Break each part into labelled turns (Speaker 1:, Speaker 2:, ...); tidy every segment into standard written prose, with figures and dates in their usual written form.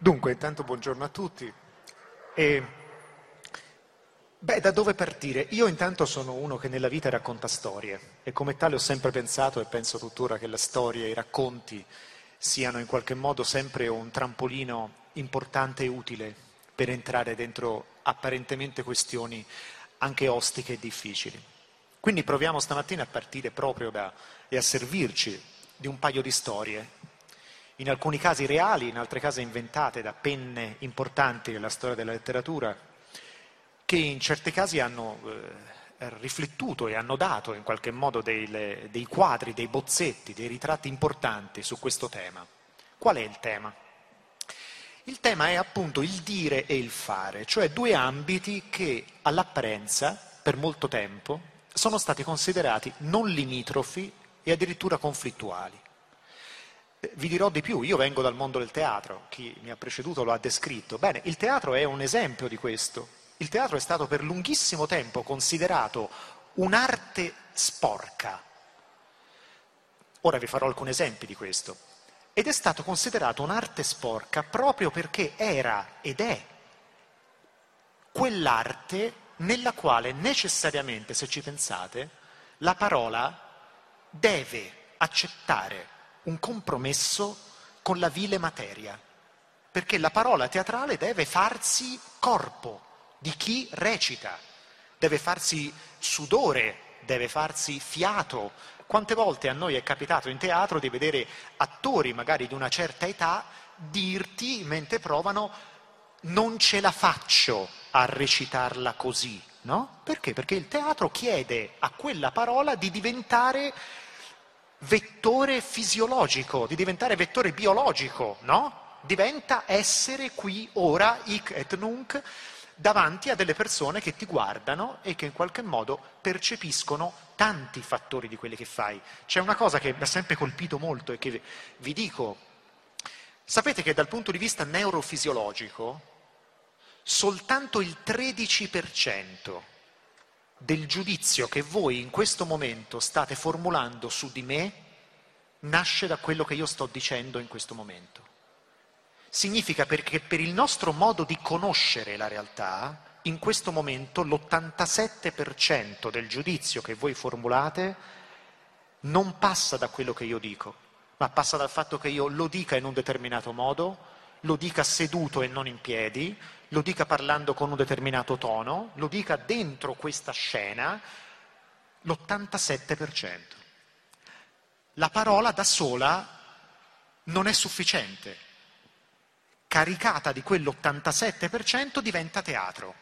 Speaker 1: Dunque, intanto buongiorno a tutti. E, da dove partire? Io intanto sono uno che nella vita racconta storie e come tale ho sempre pensato e penso tuttora che la storia e i racconti siano in qualche modo sempre un trampolino importante e utile per entrare dentro apparentemente questioni anche ostiche e difficili. Quindi proviamo stamattina a partire proprio e a servirci di un paio di storie, in alcuni casi reali, in altri casi inventate da penne importanti nella storia della letteratura, che in certi casi hanno riflettuto e hanno dato in qualche modo dei quadri, dei bozzetti, dei ritratti importanti su questo tema. Qual è il tema? Il tema è appunto il dire e il fare, cioè due ambiti che all'apparenza, per molto tempo, sono stati considerati non limitrofi e addirittura conflittuali. Vi dirò di più, io vengo dal mondo del teatro, chi mi ha preceduto lo ha descritto. Bene, il teatro è un esempio di questo. Il teatro è stato per lunghissimo tempo considerato un'arte sporca. Ora vi farò alcuni esempi di questo. Ed è stato considerato un'arte sporca proprio perché era ed è quell'arte nella quale necessariamente, se ci pensate, la parola deve accettare un compromesso con la vile materia, perché la parola teatrale deve farsi corpo di chi recita, deve farsi sudore, deve farsi fiato. Quante volte a noi è capitato in teatro di vedere attori magari di una certa età dirti mentre provano non ce la faccio a recitarla così, no? Perché? Perché il teatro chiede a quella parola di diventare vettore fisiologico, di diventare vettore biologico, no? Diventa essere qui, ora, hic et nunc, davanti a delle persone che ti guardano e che in qualche modo percepiscono tanti fattori di quelli che fai. C'è una cosa che mi ha sempre colpito molto e che vi dico. Sapete che dal punto di vista neurofisiologico soltanto il 13% del giudizio che voi in questo momento state formulando su di me nasce da quello che io sto dicendo in questo momento. Significa perché per il nostro modo di conoscere la realtà, in questo momento l'87% del giudizio che voi formulate non passa da quello che io dico, ma passa dal fatto che io lo dica in un determinato modo, lo dica seduto e non in piedi, lo dica parlando con un determinato tono, lo dica dentro questa scena, l'87%. La parola da sola non è sufficiente. Caricata di quell'87% diventa teatro.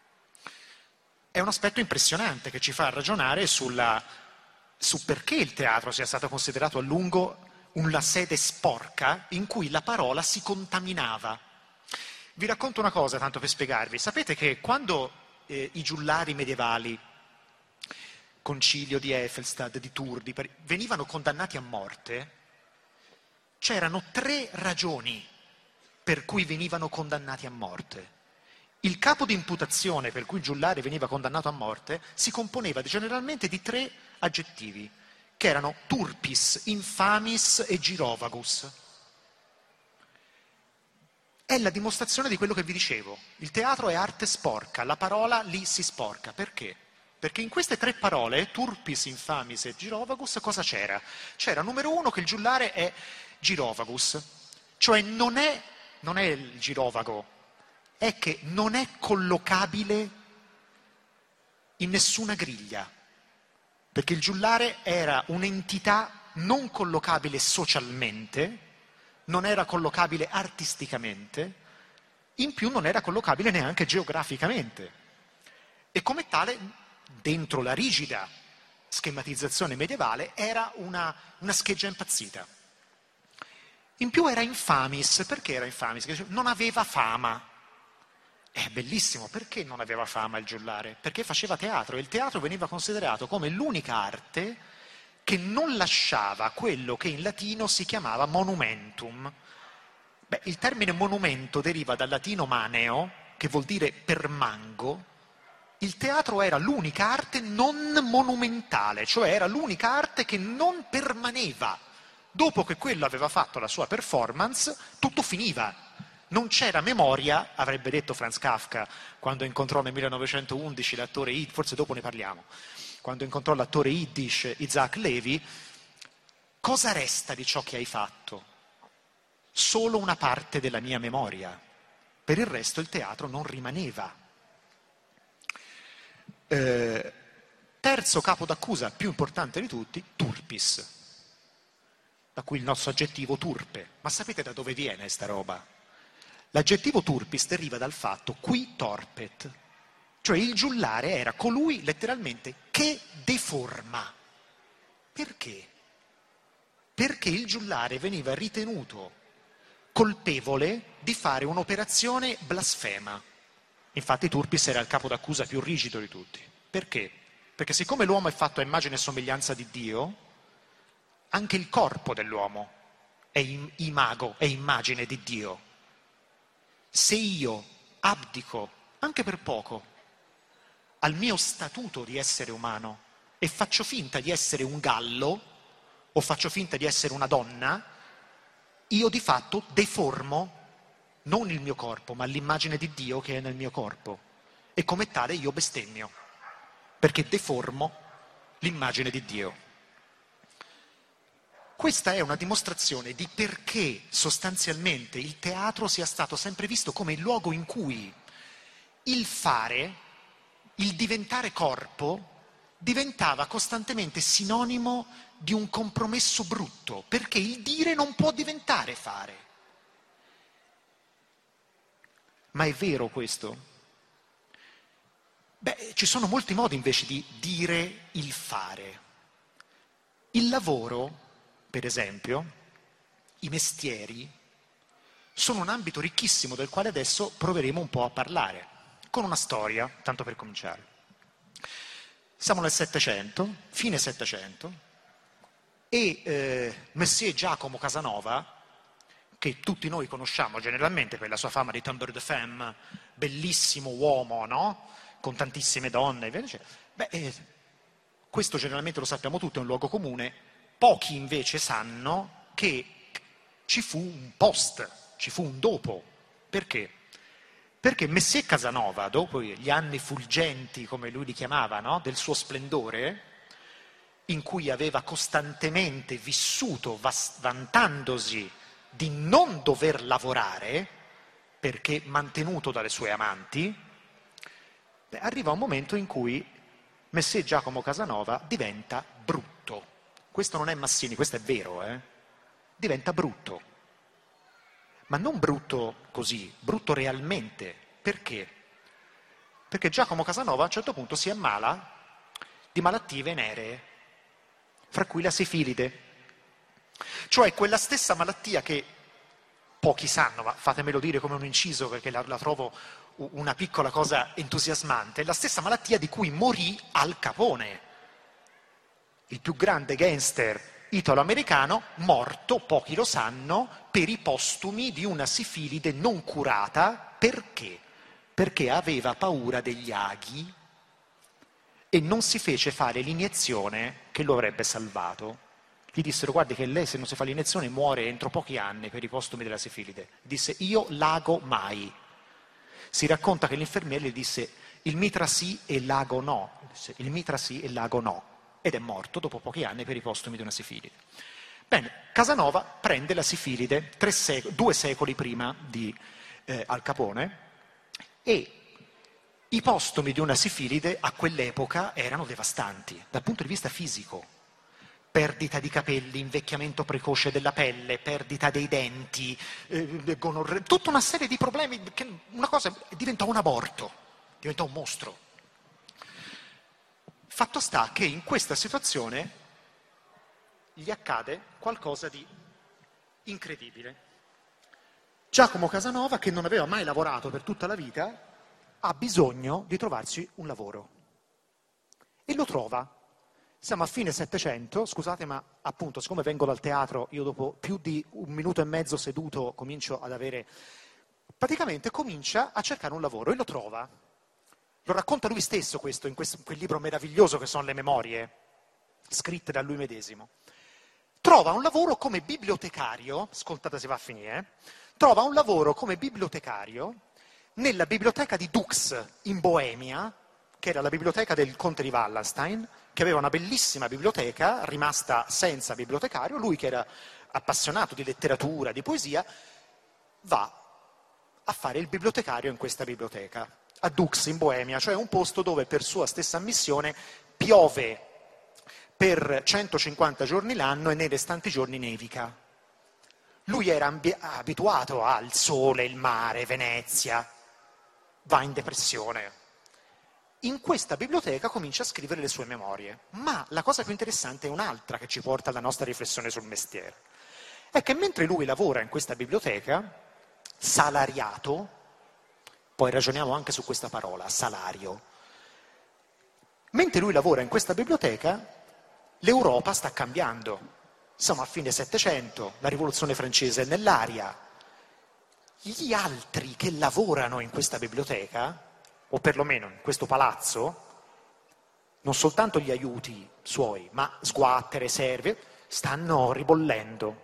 Speaker 1: È un aspetto impressionante che ci fa ragionare su perché il teatro sia stato considerato a lungo una sede sporca in cui la parola si contaminava. Vi racconto una cosa, tanto per spiegarvi. Sapete che quando i giullari medievali, concilio di Æthelstad, di Tours, venivano condannati a morte, c'erano 3 ragioni per cui venivano condannati a morte. Il capo di imputazione per cui il giullare veniva condannato a morte si componeva generalmente di 3 aggettivi, che erano turpis, infamis e girovagus. È la dimostrazione di quello che vi dicevo. Il teatro è arte sporca, la parola lì si sporca. Perché? Perché in queste 3 parole, turpis, infamis e girovagus, cosa c'era? C'era, numero 1, che il giullare è girovagus, cioè non è il girovago, è che non è collocabile in nessuna griglia, perché il giullare era un'entità non collocabile socialmente, non era collocabile artisticamente, in più non era collocabile neanche geograficamente. E come tale, dentro la rigida schematizzazione medievale, era una scheggia impazzita. In più era infamis. Perché era infamis? Non aveva fama. È bellissimo, perché non aveva fama il giullare? Perché faceva teatro e il teatro veniva considerato come l'unica arte che non lasciava quello che in latino si chiamava monumentum. Il termine monumento deriva dal latino maneo, che vuol dire permango. Il teatro era l'unica arte non monumentale, cioè era l'unica arte che non permaneva. Dopo che quello aveva fatto la sua performance, tutto finiva. Non c'era memoria, avrebbe detto Franz Kafka quando incontrò nel 1911 l'attore Yiddish, forse dopo ne parliamo, quando incontrò l'attore Yiddish Isaac Levi, cosa resta di ciò che hai fatto? Solo una parte della mia memoria. Per il resto il teatro non rimaneva. Terzo capo d'accusa, più importante di tutti, turpis, da cui il nostro aggettivo turpe. Ma sapete da dove viene sta roba? L'aggettivo turpis deriva dal fatto qui torpet, cioè il giullare era colui letteralmente che deforma. Perché? Perché il giullare veniva ritenuto colpevole di fare un'operazione blasfema. Infatti Turpis era il capo d'accusa più rigido di tutti. Perché? Perché siccome l'uomo è fatto a immagine e somiglianza di Dio, anche il corpo dell'uomo è imago, è immagine di Dio. Se io abdico, anche per poco, al mio statuto di essere umano e faccio finta di essere un gallo o faccio finta di essere una donna, io di fatto deformo non il mio corpo, ma l'immagine di Dio che è nel mio corpo. E come tale io bestemmio, perché deformo l'immagine di Dio. Questa è una dimostrazione di perché sostanzialmente il teatro sia stato sempre visto come il luogo in cui il fare, il diventare corpo, diventava costantemente sinonimo di un compromesso brutto, perché il dire non può diventare fare. Ma è vero questo? Beh, ci sono molti modi invece di dire il fare. Il lavoro, per esempio, i mestieri, sono un ambito ricchissimo del quale adesso proveremo un po' a parlare, con una storia, tanto per cominciare. Siamo nel Settecento, fine Settecento, e Messer Giacomo Casanova, che tutti noi conosciamo generalmente per la sua fama di timbre de femme, bellissimo uomo, no? Con tantissime donne, questo generalmente lo sappiamo tutti, è un luogo comune. Pochi invece sanno che ci fu un post, ci fu un dopo. Perché? Perché Messer Casanova, dopo gli anni fulgenti, come lui li chiamava, no? Del suo splendore, in cui aveva costantemente vissuto vantandosi di non dover lavorare, perché mantenuto dalle sue amanti, arriva un momento in cui Messer Giacomo Casanova diventa brutto. Questo non è Massini, questo è vero, diventa brutto. Ma non brutto così, brutto realmente. Perché? Perché Giacomo Casanova a un certo punto si ammala di malattie veneree, fra cui la sifilide. Cioè quella stessa malattia che pochi sanno, ma fatemelo dire come un inciso perché la trovo una piccola cosa entusiasmante, la stessa malattia di cui morì Al Capone, il più grande gangster italo-americano, morto, pochi lo sanno, per i postumi di una sifilide non curata. Perché? Perché aveva paura degli aghi e non si fece fare l'iniezione che lo avrebbe salvato. Gli dissero: guardi che lei se non si fa l'iniezione muore entro pochi anni per i postumi della sifilide. Disse: io l'ago mai. Si racconta che l'infermiere gli disse: il mitra sì e l'ago no. Disse: il mitra sì e l'ago no. Ed è morto dopo pochi anni per i postumi di una sifilide. Bene, Casanova prende la sifilide 2 secoli prima di Al Capone, e i postumi di una sifilide a quell'epoca erano devastanti dal punto di vista fisico. Perdita di capelli, invecchiamento precoce della pelle, perdita dei denti, tutta una serie di problemi, che una cosa diventò un aborto, diventò un mostro. Fatto sta che in questa situazione gli accade qualcosa di incredibile. Giacomo Casanova, che non aveva mai lavorato per tutta la vita, ha bisogno di trovarsi un lavoro. E lo trova. Siamo a fine Settecento, scusate, ma appunto, siccome vengo dal teatro, io dopo più di 1 minuto e mezzo seduto comincio ad avere... Praticamente comincia a cercare un lavoro e lo trova. Lo racconta lui stesso questo, in quel libro meraviglioso che sono le memorie, scritte da lui medesimo. Trova un lavoro come bibliotecario, ascoltate se va a finire, trova un lavoro come bibliotecario nella biblioteca di Dux in Boemia, che era la biblioteca del conte di Wallenstein, che aveva una bellissima biblioteca, rimasta senza bibliotecario. Lui, che era appassionato di letteratura, di poesia, va a fare il bibliotecario in questa biblioteca, a Dux in Boemia, cioè un posto dove per sua stessa ammissione piove per 150 giorni l'anno e nei restanti giorni nevica. Lui era abituato al sole, il mare, Venezia, va in depressione. In questa biblioteca comincia a scrivere le sue memorie, ma la cosa più interessante è un'altra che ci porta alla nostra riflessione sul mestiere. È che mentre lui lavora in questa biblioteca, salariato, poi ragioniamo anche su questa parola, salario, mentre lui lavora in questa biblioteca, l'Europa sta cambiando. Siamo a fine Settecento, la rivoluzione francese è nell'aria. Gli altri che lavorano in questa biblioteca, o perlomeno in questo palazzo, non soltanto gli aiuti suoi, ma sguattere, serve, stanno ribollendo.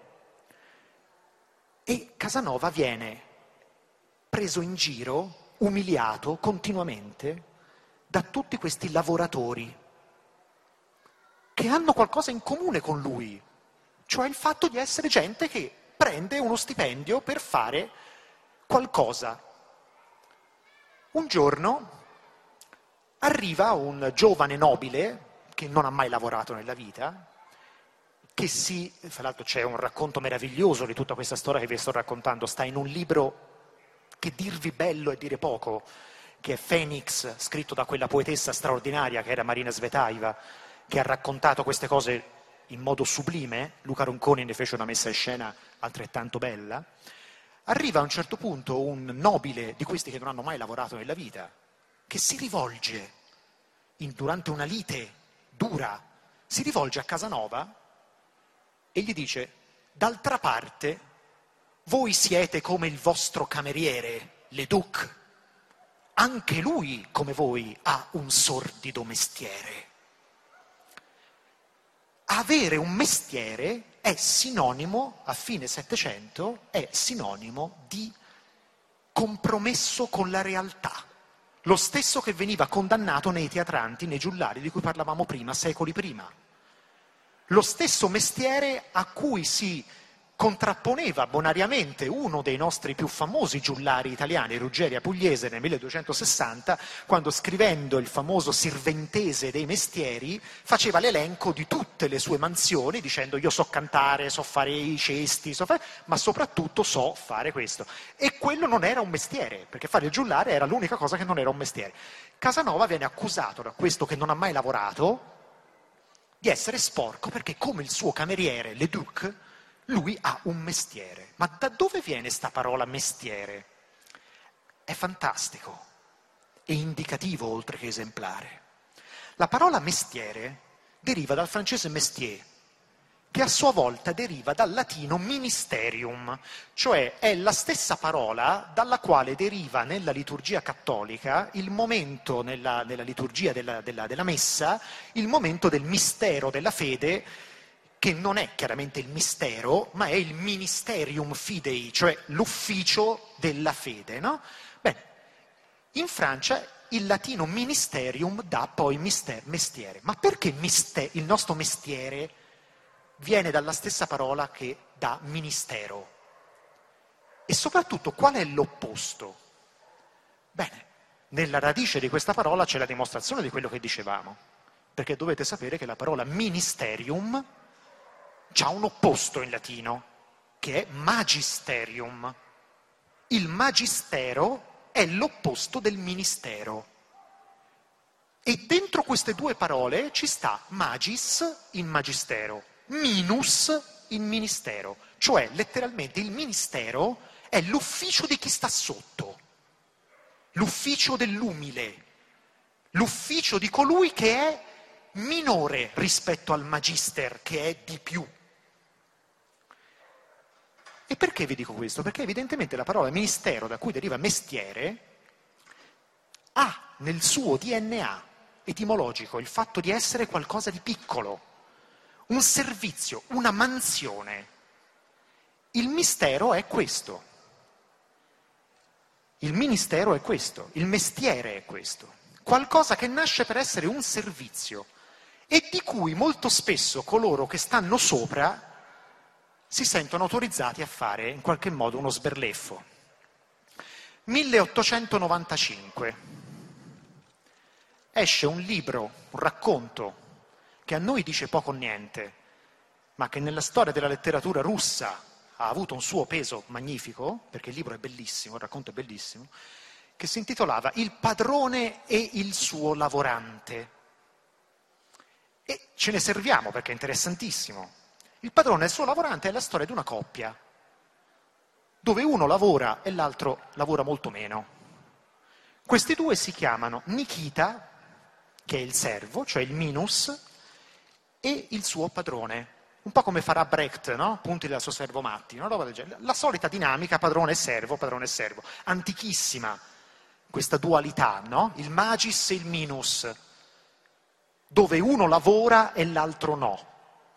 Speaker 1: E Casanova viene preso in giro, umiliato continuamente da tutti questi lavoratori che hanno qualcosa in comune con lui, cioè il fatto di essere gente che prende uno stipendio per fare qualcosa. Un giorno arriva un giovane nobile che non ha mai lavorato nella vita, fra l'altro c'è un racconto meraviglioso di tutta questa storia che vi sto raccontando, sta in un libro che dirvi bello è dire poco, che è Phoenix, scritto da quella poetessa straordinaria che era Marina Svetaeva, che ha raccontato queste cose in modo sublime. Luca Ronconi ne fece una messa in scena altrettanto bella. Arriva a un certo punto un nobile di questi che non hanno mai lavorato nella vita, che si rivolge, durante una lite dura, si rivolge a Casanova e gli dice: d'altra parte, voi siete come il vostro cameriere, Leduc. Anche lui, come voi, ha un sordido mestiere. Avere un mestiere è sinonimo, a fine Settecento, è sinonimo di compromesso con la realtà. Lo stesso che veniva condannato nei teatranti, nei giullari di cui parlavamo prima, secoli prima. Lo stesso mestiere a cui si contrapponeva bonariamente uno dei nostri più famosi giullari italiani, Ruggeri a Pugliese, nel 1260, quando scrivendo il famoso Sirventese dei mestieri faceva l'elenco di tutte le sue mansioni dicendo: io so cantare, so fare i cesti, ma soprattutto so fare questo. E quello non era un mestiere, perché fare il giullare era l'unica cosa che non era un mestiere. Casanova viene accusato da questo che non ha mai lavorato di essere sporco perché, come il suo cameriere Leduc, lui ha un mestiere. Ma da dove viene sta parola mestiere? È fantastico, è indicativo oltre che esemplare. La parola mestiere deriva dal francese mestier, che a sua volta deriva dal latino ministerium, cioè è la stessa parola dalla quale deriva nella liturgia cattolica il momento, nella liturgia della messa, il momento del mistero della fede, che non è chiaramente il mistero, ma è il ministerium fidei, cioè l'ufficio della fede, no? Bene, in Francia il latino ministerium dà poi mestiere. Ma perché il nostro mestiere viene dalla stessa parola che dà ministero? E soprattutto, qual è l'opposto? Bene, nella radice di questa parola c'è la dimostrazione di quello che dicevamo, perché dovete sapere che la parola ministerium c'ha un opposto in latino, che è magisterium. Il magistero è l'opposto del ministero. E dentro queste due parole ci sta magis in magistero, minus in ministero. Cioè, letteralmente, il ministero è l'ufficio di chi sta sotto, l'ufficio dell'umile, l'ufficio di colui che è minore rispetto al magister, che è di più. E perché vi dico questo? Perché evidentemente la parola ministero, da cui deriva mestiere, ha nel suo DNA etimologico il fatto di essere qualcosa di piccolo, un servizio, una mansione. Il mistero è questo. Il ministero è questo, il mestiere è questo, qualcosa che nasce per essere un servizio e di cui molto spesso coloro che stanno sopra si sentono autorizzati a fare in qualche modo uno sberleffo. 1895 esce un libro, un racconto che a noi dice poco o niente, ma che nella storia della letteratura russa ha avuto un suo peso magnifico, perché il libro è bellissimo, il racconto è bellissimo, che si intitolava Il padrone e il suo lavorante. E ce ne serviamo perché è interessantissimo. Il padrone e il suo lavorante è la storia di una coppia, dove uno lavora e l'altro lavora molto meno. Questi due si chiamano Nikita, che è il servo, cioè il minus, e il suo padrone. Un po' come farà Brecht, no? Punti del suo servo Matti, una roba del genere. La solita dinamica padrone e servo, antichissima questa dualità, no? Il magis e il minus, dove uno lavora e l'altro no.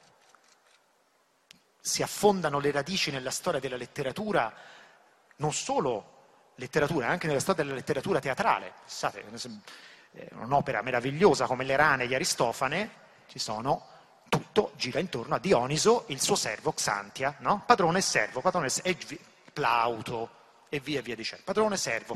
Speaker 1: Si affondano le radici nella storia della letteratura, non solo letteratura, anche nella storia della letteratura teatrale. Pensate, un'opera meravigliosa come l'Erane di Aristofane, tutto gira intorno a Dioniso, il suo servo Xantia, no? Padrone e servo, Plauto e via dicendo. Padrone e servo.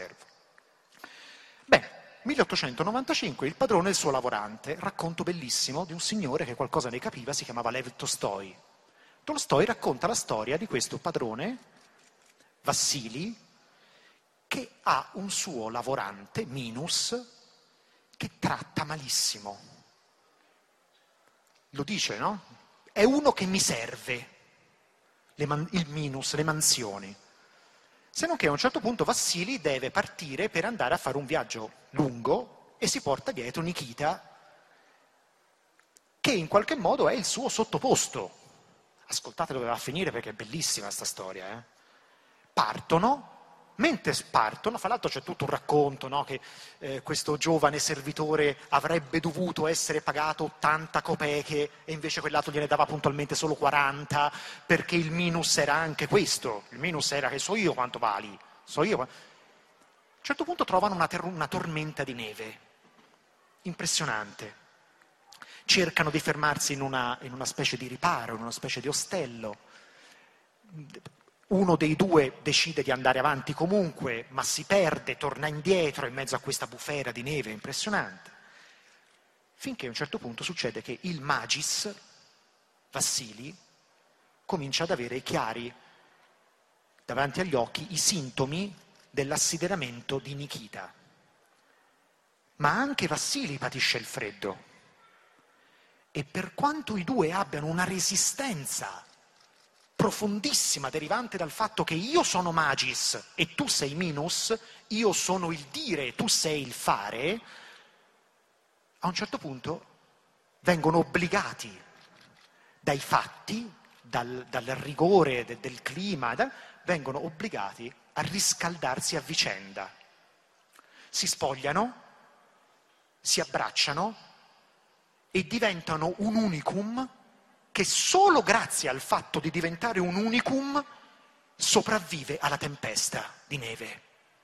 Speaker 1: Beh, 1895, il padrone e il suo lavorante, racconto bellissimo di un signore che qualcosa ne capiva, si chiamava Lev Tolstoi. Tolstoi racconta la storia di questo padrone, Vassili, che ha un suo lavorante, Minus, che tratta malissimo. Lo dice, no? È uno che mi serve, il Minus, le mansioni. Se non che a un certo punto Vassili deve partire per andare a fare un viaggio lungo e si porta dietro Nikita, che in qualche modo è il suo sottoposto. Ascoltate dove va a finire perché è bellissima sta storia. Partono, mentre partono, fra l'altro c'è tutto un racconto, no? Che questo giovane servitore avrebbe dovuto essere pagato 80 copeche e invece quell'altro gliene dava puntualmente solo 40, perché il minus era anche questo, il minus era che so io quanto vali, so io. A un certo punto trovano una tormenta di neve, impressionante. Cercano di fermarsi in una specie di riparo, in una specie di ostello. Uno dei due decide di andare avanti comunque, ma si perde, torna indietro in mezzo a questa bufera di neve impressionante. Finché a un certo punto succede che il magis, Vassili, comincia ad avere chiari davanti agli occhi i sintomi dell'assideramento di Nikita. Ma anche Vassili patisce il freddo. E per quanto i due abbiano una resistenza profondissima derivante dal fatto che io sono magis e tu sei minus, io sono il dire e tu sei il fare, a un certo punto vengono obbligati dai fatti, dal rigore del clima, vengono obbligati a riscaldarsi a vicenda. Si spogliano, si abbracciano e diventano un unicum che solo grazie al fatto di diventare un unicum sopravvive alla tempesta di neve.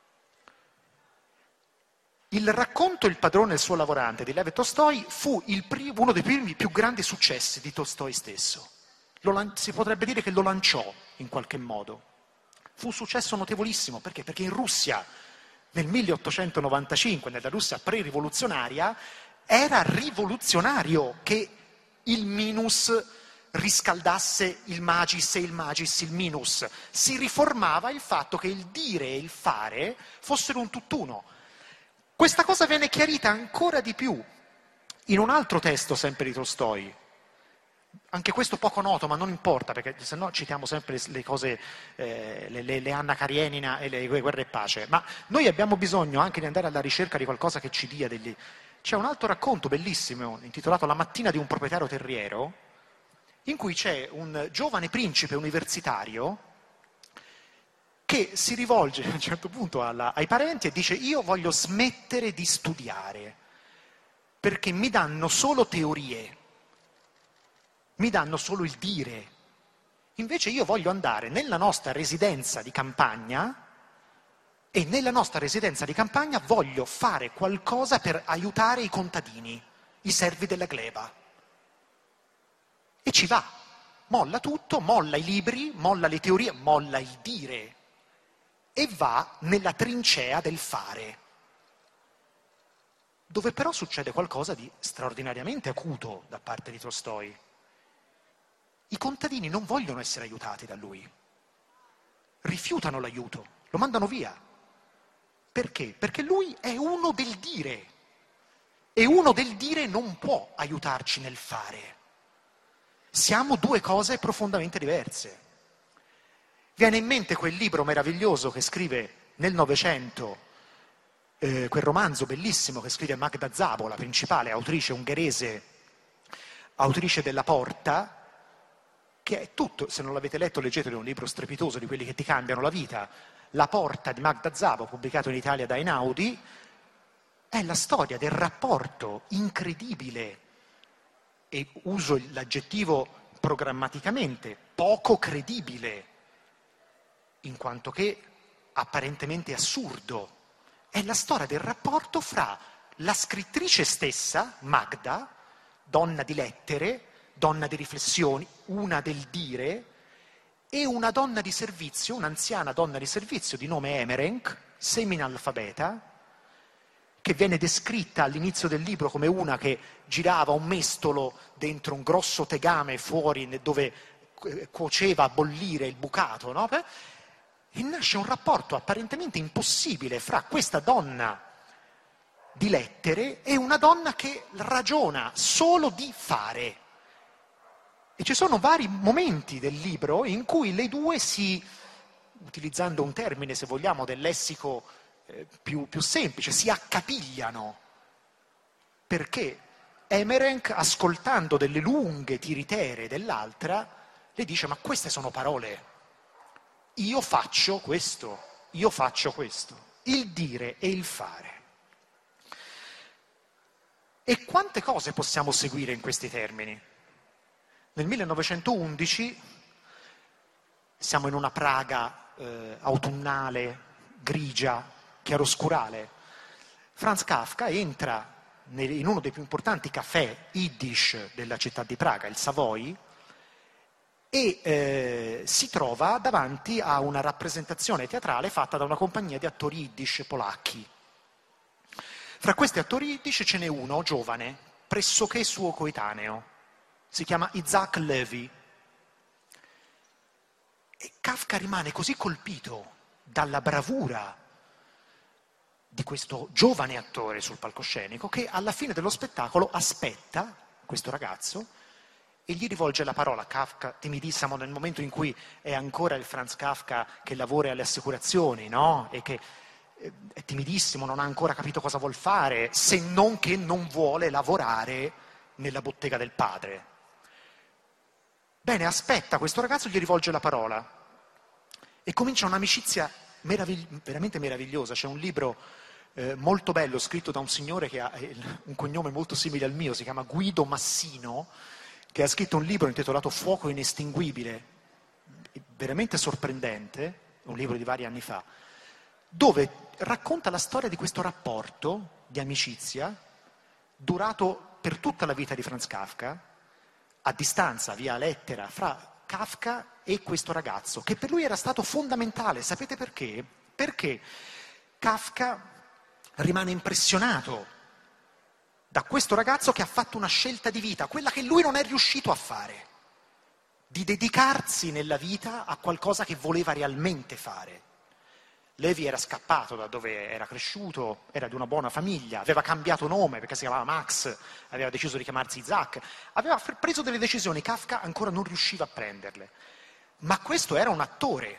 Speaker 1: Il racconto Il padrone e il suo lavorante di Lev Tolstoi fu uno dei primi più grandi successi di Tolstoi stesso. Si potrebbe dire che lo lanciò in qualche modo. Fu un successo notevolissimo, perché? Perché in Russia nel 1895, nella Russia pre-rivoluzionaria, era rivoluzionario che il minus riscaldasse il magis e il magis il minus. Si riformava il fatto che il dire e il fare fossero un tutt'uno. Questa cosa viene chiarita ancora di più in un altro testo sempre di Tolstoi, anche questo poco noto, ma non importa, perché se no citiamo sempre le cose, le Anna Karenina e le Guerra e Pace, ma noi abbiamo bisogno anche di andare alla ricerca di qualcosa che ci dia degli... C'è un altro racconto bellissimo, intitolato La mattina di un proprietario terriero, in cui c'è un giovane principe universitario che si rivolge a un certo punto ai parenti e dice: io voglio smettere di studiare, perché mi danno solo teorie, mi danno solo il dire. Invece io voglio andare nella nostra residenza di campagna e nella nostra residenza di campagna voglio fare qualcosa per aiutare i contadini, i servi della gleba. E ci va, molla tutto, molla i libri, molla le teorie, molla il dire e va nella trincea del fare, dove però succede qualcosa di straordinariamente acuto da parte di Tolstoj. I contadini non vogliono essere aiutati da lui, rifiutano l'aiuto, lo mandano via. Perché? Perché lui è uno del dire e uno del dire non può aiutarci nel fare. Siamo due cose profondamente diverse. Viene in mente quel libro meraviglioso che scrive nel Novecento, quel romanzo bellissimo che scrive Magda Szabo, la principale autrice ungherese, autrice della Porta, che è tutto, se non l'avete letto leggetelo, è un libro strepitoso di quelli che ti cambiano la vita. La Porta di Magda Szabo, pubblicato in Italia da Einaudi, è la storia del rapporto incredibile, e uso l'aggettivo programmaticamente, poco credibile, in quanto che apparentemente assurdo. È la storia del rapporto fra la scrittrice stessa, Magda, donna di lettere, donna di riflessioni, una del dire, e una donna di servizio, un'anziana donna di servizio di nome Emmerench, seminalfabeta, che viene descritta all'inizio del libro come una che girava un mestolo dentro un grosso tegame fuori dove cuoceva a bollire il bucato, no? E nasce un rapporto apparentemente impossibile fra questa donna di lettere e una donna che ragiona solo di fare. E ci sono vari momenti del libro in cui le due utilizzando un termine, se vogliamo, del lessico più semplice, si accapigliano. Perché Emmerench, ascoltando delle lunghe tiritere dell'altra, le dice: ma queste sono parole, io faccio questo, il dire e il fare. E quante cose possiamo seguire in questi termini? Nel 1911 siamo in una Praga autunnale, grigia, chiaroscurale. Franz Kafka entra in uno dei più importanti caffè Yiddish della città di Praga, il Savoy, e si trova davanti a una rappresentazione teatrale fatta da una compagnia di attori Yiddish polacchi. Fra questi attori Yiddish ce n'è uno giovane, pressoché suo coetaneo, si chiama Isaac Levy. E Kafka rimane così colpito dalla bravura di questo giovane attore sul palcoscenico che alla fine dello spettacolo aspetta questo ragazzo e gli rivolge la parola. Kafka, timidissimo, nel momento in cui è ancora il Franz Kafka che lavora alle assicurazioni, no? E che è timidissimo, non ha ancora capito cosa vuol fare, se non che non vuole lavorare nella bottega del padre. Bene, aspetta, questo ragazzo gli rivolge la parola e comincia un'amicizia veramente meravigliosa. C'è un libro molto bello scritto da un signore che ha un cognome molto simile al mio, si chiama Guido Massino, che ha scritto un libro intitolato Fuoco inestinguibile, veramente sorprendente, un libro di vari anni fa, dove racconta la storia di questo rapporto di amicizia durato per tutta la vita di Franz Kafka, a distanza, via lettera, fra Kafka e questo ragazzo, che per lui era stato fondamentale. Sapete perché? Perché Kafka rimane impressionato da questo ragazzo che ha fatto una scelta di vita, quella che lui non è riuscito a fare, di dedicarsi nella vita a qualcosa che voleva realmente fare. Levi era scappato da dove era cresciuto, era di una buona famiglia, aveva cambiato nome perché si chiamava Max, aveva deciso di chiamarsi Isaac, aveva preso delle decisioni, Kafka ancora non riusciva a prenderle. Ma questo era un attore.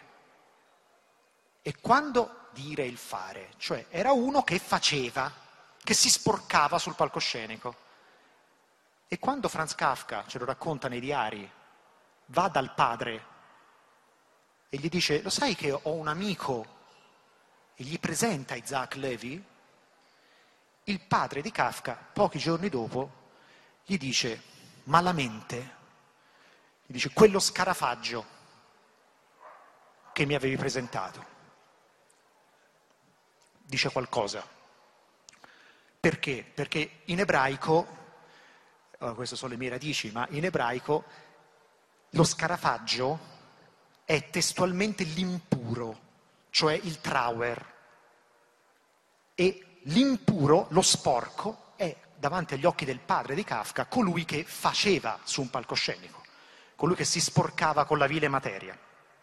Speaker 1: E quando dire il fare? Cioè era uno che faceva, che si sporcava sul palcoscenico. E quando Franz Kafka, ce lo racconta nei diari, va dal padre e gli dice: lo sai che ho un amico, e gli presenta Isaac Levy, il padre di Kafka, pochi giorni dopo, gli dice malamente, gli dice: quello scarafaggio che mi avevi presentato. dice qualcosa. Perché? Perché in ebraico, queste sono le mie radici, ma in ebraico lo scarafaggio è testualmente l'impuro, cioè il trauer. E l'impuro, lo sporco, è davanti agli occhi del padre di Kafka colui che faceva su un palcoscenico, colui che si sporcava con la vile materia.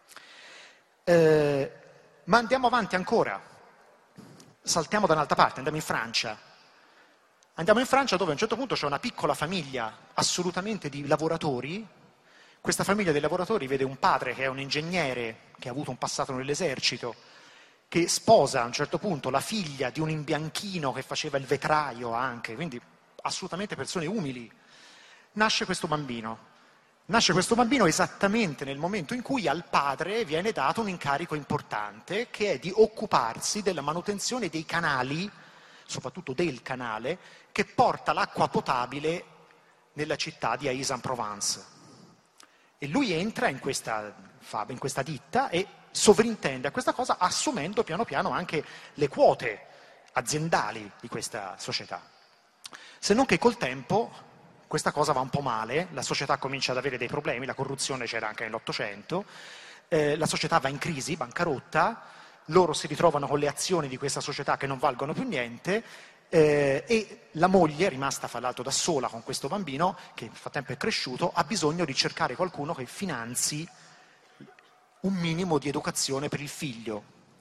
Speaker 1: Ma andiamo avanti ancora, saltiamo da un'altra parte, andiamo in Francia. Andiamo in Francia dove a un certo punto c'è una piccola famiglia assolutamente di lavoratori. Questa famiglia dei lavoratori vede un padre che è un ingegnere, che ha avuto un passato nell'esercito, che sposa a un certo punto la figlia di un imbianchino che faceva il vetraio anche, quindi assolutamente persone umili. Nasce questo bambino. Nasce questo bambino esattamente nel momento in cui al padre viene dato un incarico importante, che è di occuparsi della manutenzione dei canali, soprattutto del canale, che porta l'acqua potabile nella città di Aix-en-Provence. E lui entra in questa ditta e sovrintende a questa cosa, assumendo piano piano anche le quote aziendali di questa società. Se non che col tempo questa cosa va un po' male, la società comincia ad avere dei problemi, la corruzione c'era anche nell'Ottocento, la società va in crisi, bancarotta, loro si ritrovano con le azioni di questa società che non valgono più niente, e la moglie, rimasta fra l'altro da sola con questo bambino, che nel frattempo è cresciuto, ha bisogno di cercare qualcuno che finanzi un minimo di educazione per il figlio.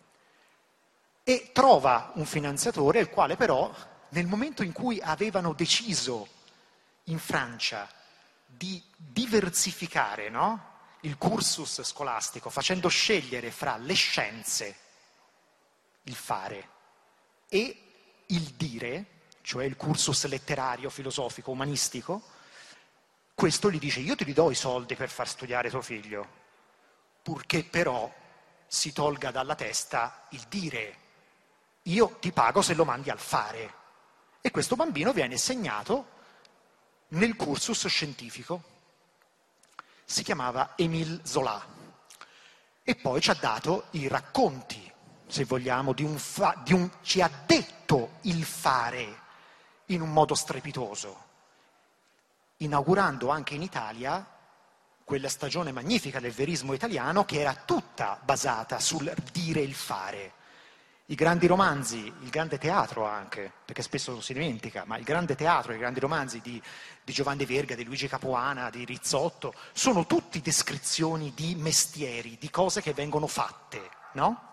Speaker 1: E trova un finanziatore, il quale però, nel momento in cui avevano deciso in Francia di diversificare, no? Il cursus scolastico, facendo scegliere fra le scienze, il fare, e il dire, cioè il cursus letterario, filosofico, umanistico, questo gli dice: io ti ridò i soldi per far studiare tuo figlio, purché però si tolga dalla testa il dire, io ti pago se lo mandi al fare. E questo bambino viene segnato nel cursus scientifico. Si chiamava Émile Zola e poi ci ha dato i racconti, se vogliamo, ci ha detto il fare in un modo strepitoso, inaugurando anche in Italia quella stagione magnifica del verismo italiano che era tutta basata sul dire il fare. I grandi romanzi, il grande teatro anche, perché spesso non si dimentica, ma il grande teatro, i grandi romanzi di Giovanni Verga, di Luigi Capuana, di Rizzotto, sono tutti descrizioni di mestieri, di cose che vengono fatte, no?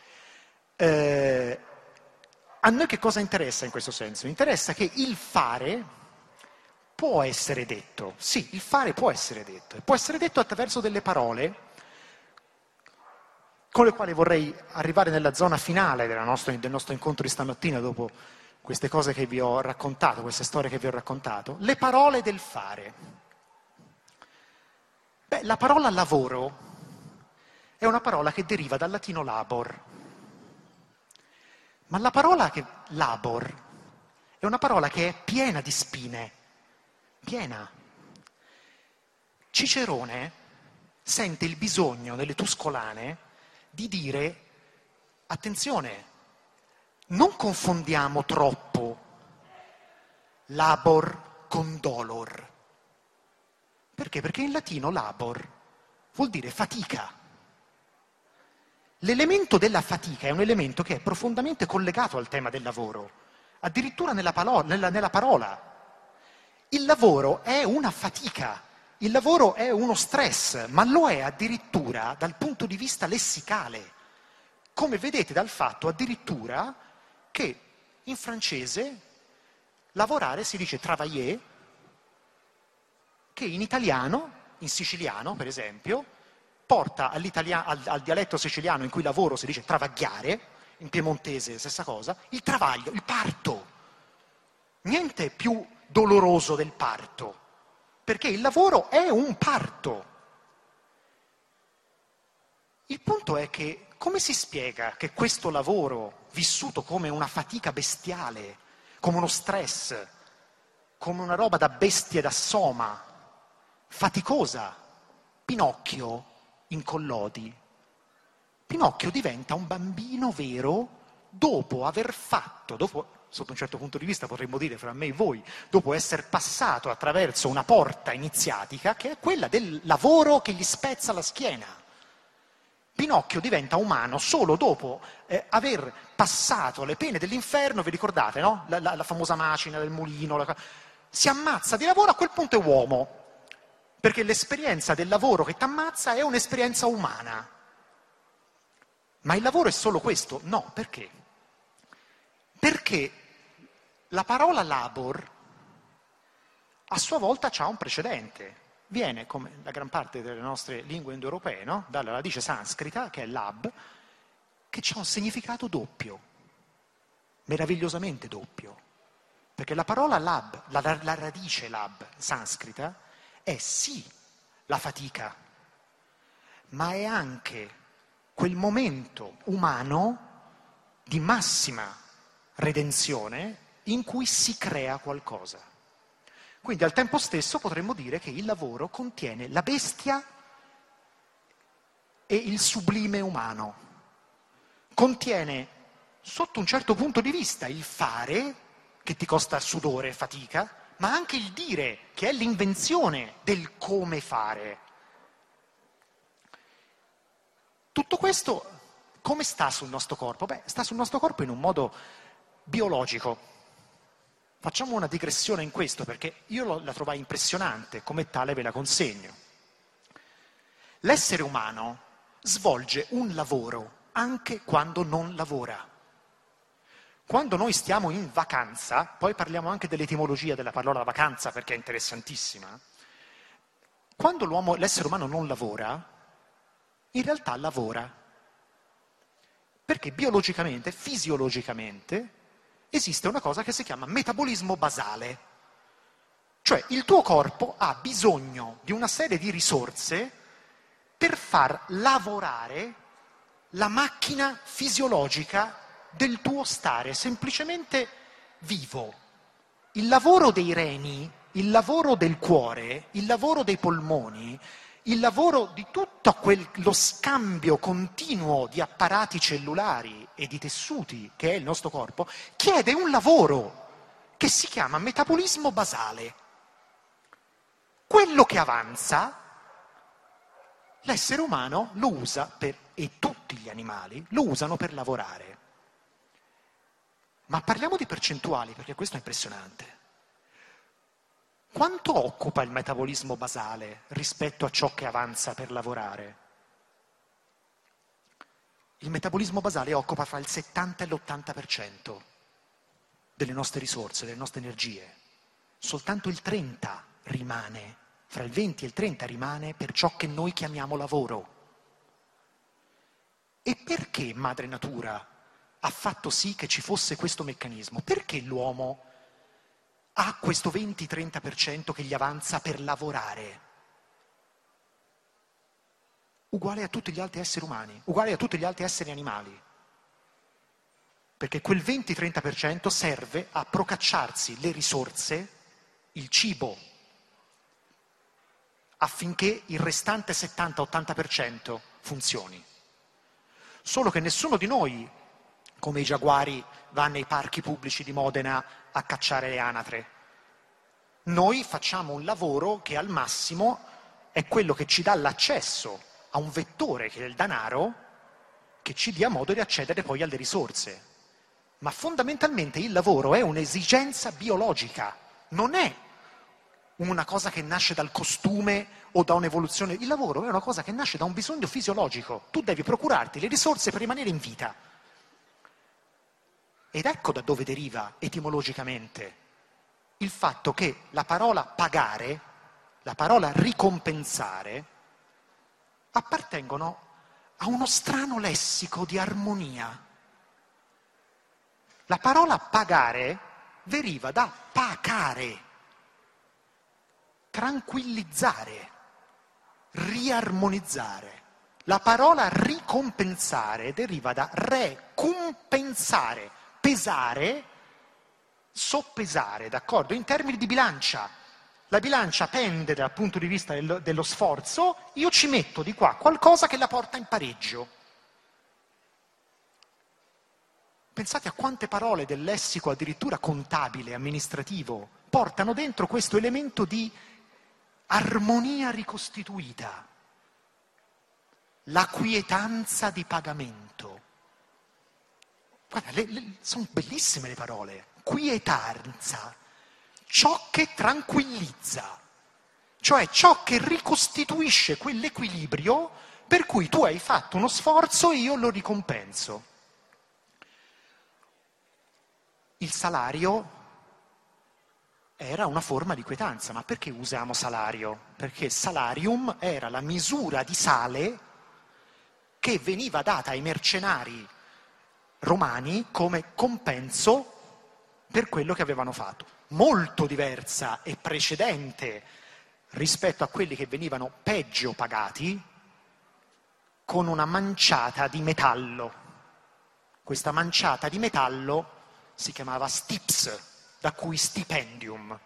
Speaker 1: A noi che cosa interessa in questo senso? Interessa che il fare può essere detto, sì, il fare può essere detto attraverso delle parole con le quali vorrei arrivare nella zona finale del nostro incontro di stamattina, dopo queste cose che vi ho raccontato, queste storie che vi ho raccontato. Le parole del fare. Beh, la parola lavoro è una parola che deriva dal latino labor. Ma la parola labor è una parola che è piena di spine, piena. Cicerone sente il bisogno nelle Tuscolane di dire, attenzione, non confondiamo troppo labor con dolor. Perché? Perché in latino labor vuol dire fatica. L'elemento della fatica è un elemento che è profondamente collegato al tema del lavoro, addirittura nella parola. Il lavoro è una fatica. Il lavoro è uno stress, ma lo è addirittura dal punto di vista lessicale, come vedete dal fatto addirittura che in francese lavorare si dice travailler, che in italiano, in siciliano per esempio, porta al dialetto siciliano in cui lavoro si dice travagliare, in piemontese stessa cosa, il travaglio, il parto. Niente più doloroso del parto. Perché il lavoro è un parto. Il punto è che come si spiega che questo lavoro, vissuto come una fatica bestiale, come uno stress, come una roba da bestie da soma, faticosa, Pinocchio incollodi? Pinocchio diventa un bambino vero dopo aver fatto, sotto un certo punto di vista potremmo dire fra me e voi, dopo essere passato attraverso una porta iniziatica che è quella del lavoro che gli spezza la schiena. Pinocchio diventa umano solo dopo aver passato le pene dell'inferno, vi ricordate, no? La famosa macina del mulino, si ammazza di lavoro, a quel punto è uomo, perché l'esperienza del lavoro che ti ammazza è un'esperienza umana. Ma il lavoro è solo questo? No, perché? Perché la parola labor a sua volta ha un precedente. Viene, come la gran parte delle nostre lingue indoeuropee, no? Dalla radice sanscrita, che è lab, che ha un significato doppio, meravigliosamente doppio. Perché la parola lab, la radice lab sanscrita, è sì la fatica, ma è anche quel momento umano di massima redenzione in cui si crea qualcosa. Quindi al tempo stesso potremmo dire che il lavoro contiene la bestia e il sublime umano. Contiene, sotto un certo punto di vista, il fare, che ti costa sudore e fatica, ma anche il dire, che è l'invenzione del come fare. Tutto questo come sta sul nostro corpo? Beh, sta sul nostro corpo in un modo biologico. Facciamo una digressione in questo, perché io la trovai impressionante, come tale ve la consegno. L'essere umano svolge un lavoro anche quando non lavora. Quando noi stiamo in vacanza, poi parliamo anche dell'etimologia della parola vacanza perché è interessantissima, quando l'essere umano non lavora, in realtà lavora. Perché biologicamente, fisiologicamente, esiste una cosa che si chiama metabolismo basale. Cioè il tuo corpo ha bisogno di una serie di risorse per far lavorare la macchina fisiologica del tuo stare semplicemente vivo. Il lavoro dei reni, il lavoro del cuore, il lavoro dei polmoni, il lavoro di tutto lo scambio continuo di apparati cellulari e di tessuti che è il nostro corpo, chiede un lavoro che si chiama metabolismo basale. Quello che avanza, l'essere umano lo usa e tutti gli animali lo usano per lavorare. Ma parliamo di percentuali, perché questo è impressionante. Quanto occupa il metabolismo basale rispetto a ciò che avanza per lavorare? Il metabolismo basale occupa fra il 70 e l'80% delle nostre risorse, delle nostre energie. Soltanto il 30 rimane, fra il 20 e il 30 rimane per ciò che noi chiamiamo lavoro. E perché Madre Natura ha fatto sì che ci fosse questo meccanismo? Perché l'uomo ha questo 20-30% che gli avanza per lavorare? Uguale a tutti gli altri esseri umani, uguale a tutti gli altri esseri animali. Perché quel 20-30% serve a procacciarsi le risorse, il cibo, affinché il restante 70-80% funzioni. Solo che nessuno di noi, come i giaguari, va nei parchi pubblici di Modena a cacciare le anatre. Noi facciamo un lavoro che al massimo è quello che ci dà l'accesso a un vettore che è il denaro, che ci dia modo di accedere poi alle risorse. Ma fondamentalmente il lavoro è un'esigenza biologica, non è una cosa che nasce dal costume o da un'evoluzione. Il lavoro è una cosa che nasce da un bisogno fisiologico. Tu devi procurarti le risorse per rimanere in vita. Ed ecco da dove deriva etimologicamente il fatto che la parola pagare, la parola ricompensare, appartengono a uno strano lessico di armonia. La parola pagare deriva da pacare, tranquillizzare, riarmonizzare. La parola ricompensare deriva da recompensare, pesare, soppesare, d'accordo? In termini di bilancia. La bilancia pende dal punto di vista dello sforzo, io ci metto di qua qualcosa che la porta in pareggio. Pensate a quante parole del lessico, addirittura contabile, amministrativo, portano dentro questo elemento di armonia ricostituita, la quietanza di pagamento. Guarda, sono bellissime le parole. Quietanza, ciò che tranquillizza, cioè ciò che ricostituisce quell'equilibrio per cui tu hai fatto uno sforzo e io lo ricompenso. Il salario era una forma di quietanza, ma perché usiamo salario? Perché salarium era la misura di sale che veniva data ai mercenari romani come compenso per quello che avevano fatto. Molto diversa e precedente rispetto a quelli che venivano peggio pagati con una manciata di metallo. Questa manciata di metallo si chiamava stips, da cui stipendium.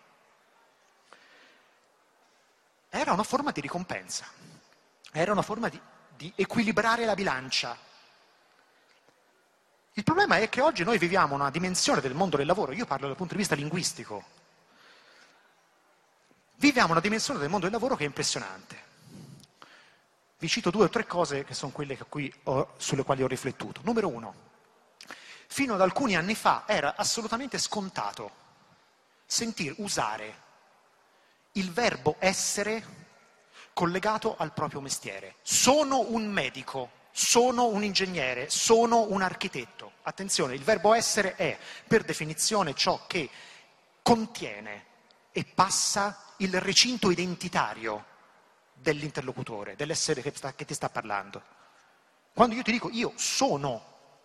Speaker 1: Era una forma di ricompensa, era una forma di equilibrare la bilancia. Il problema è che oggi noi viviamo una dimensione del mondo del lavoro, io parlo dal punto di vista linguistico, viviamo una dimensione del mondo del lavoro che è impressionante. Vi cito 2 o 3 cose che sono quelle sulle quali ho riflettuto. Numero 1. Fino ad alcuni anni fa era assolutamente scontato sentir usare il verbo essere collegato al proprio mestiere. Sono un medico, sono un ingegnere, sono un architetto. Attenzione, il verbo essere è per definizione ciò che contiene e passa il recinto identitario dell'interlocutore, dell'essere che ti sta parlando. Quando io ti dico io sono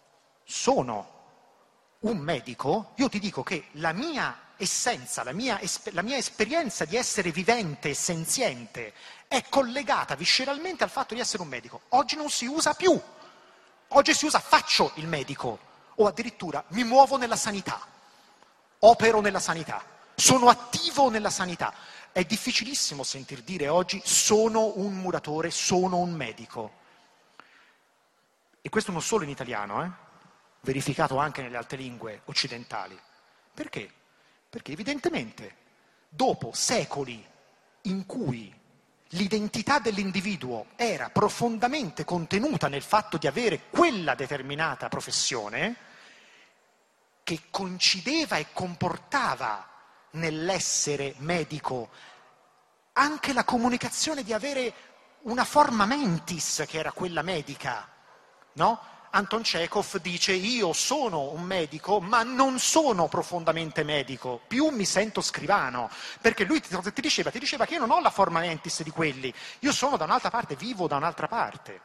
Speaker 1: un medico, io ti dico che la mia essenza, la mia esperienza di essere vivente e senziente è collegata visceralmente al fatto di essere un medico. Oggi non si usa più. Oggi si usa faccio il medico o addirittura mi muovo nella sanità, opero nella sanità, sono attivo nella sanità. È difficilissimo sentir dire oggi sono un muratore, sono un medico. E questo non solo in italiano, verificato anche nelle altre lingue occidentali. Perché? Perché evidentemente dopo secoli in cui l'identità dell'individuo era profondamente contenuta nel fatto di avere quella determinata professione, che coincideva e comportava nell'essere medico anche la comunicazione di avere una forma mentis che era quella medica, no? Anton Chekhov dice io sono un medico ma non sono profondamente medico, più mi sento scrivano, perché lui ti diceva che io non ho la forma mentis di quelli, io sono da un'altra parte, vivo da un'altra parte.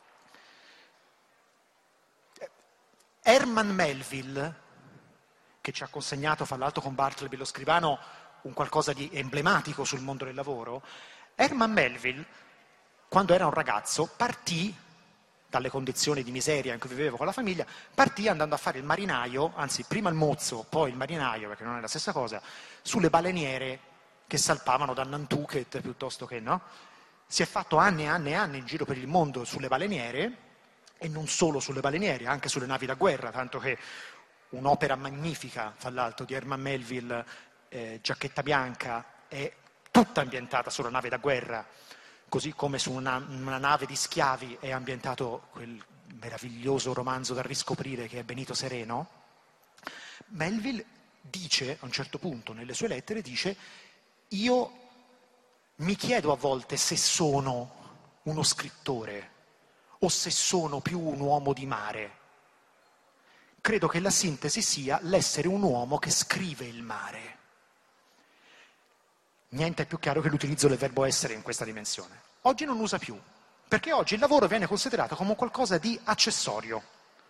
Speaker 1: Herman Melville, che ci ha consegnato fra l'altro con Bartleby lo scrivano un qualcosa di emblematico sul mondo del lavoro, Herman Melville, quando era un ragazzo, partì dalle condizioni di miseria in cui viveva con la famiglia, partì andando a fare il marinaio, anzi prima il mozzo, poi il marinaio, perché non è la stessa cosa, sulle baleniere che salpavano da Nantucket piuttosto che, no? Si è fatto anni e anni e anni in giro per il mondo sulle baleniere, e non solo sulle baleniere, anche sulle navi da guerra, tanto che un'opera magnifica, fra l'altro, di Herman Melville, Giacchetta Bianca, è tutta ambientata sulla nave da guerra, così come su una nave di schiavi è ambientato quel meraviglioso romanzo da riscoprire che è Benito Sereno. Melville dice, a un certo punto nelle sue lettere, dice io mi chiedo a volte se sono uno scrittore o se sono più un uomo di mare. Credo che la sintesi sia l'essere un uomo che scrive il mare. Niente è più chiaro che l'utilizzo del verbo essere in questa dimensione. Oggi non usa più, perché oggi il lavoro viene considerato come qualcosa di accessorio.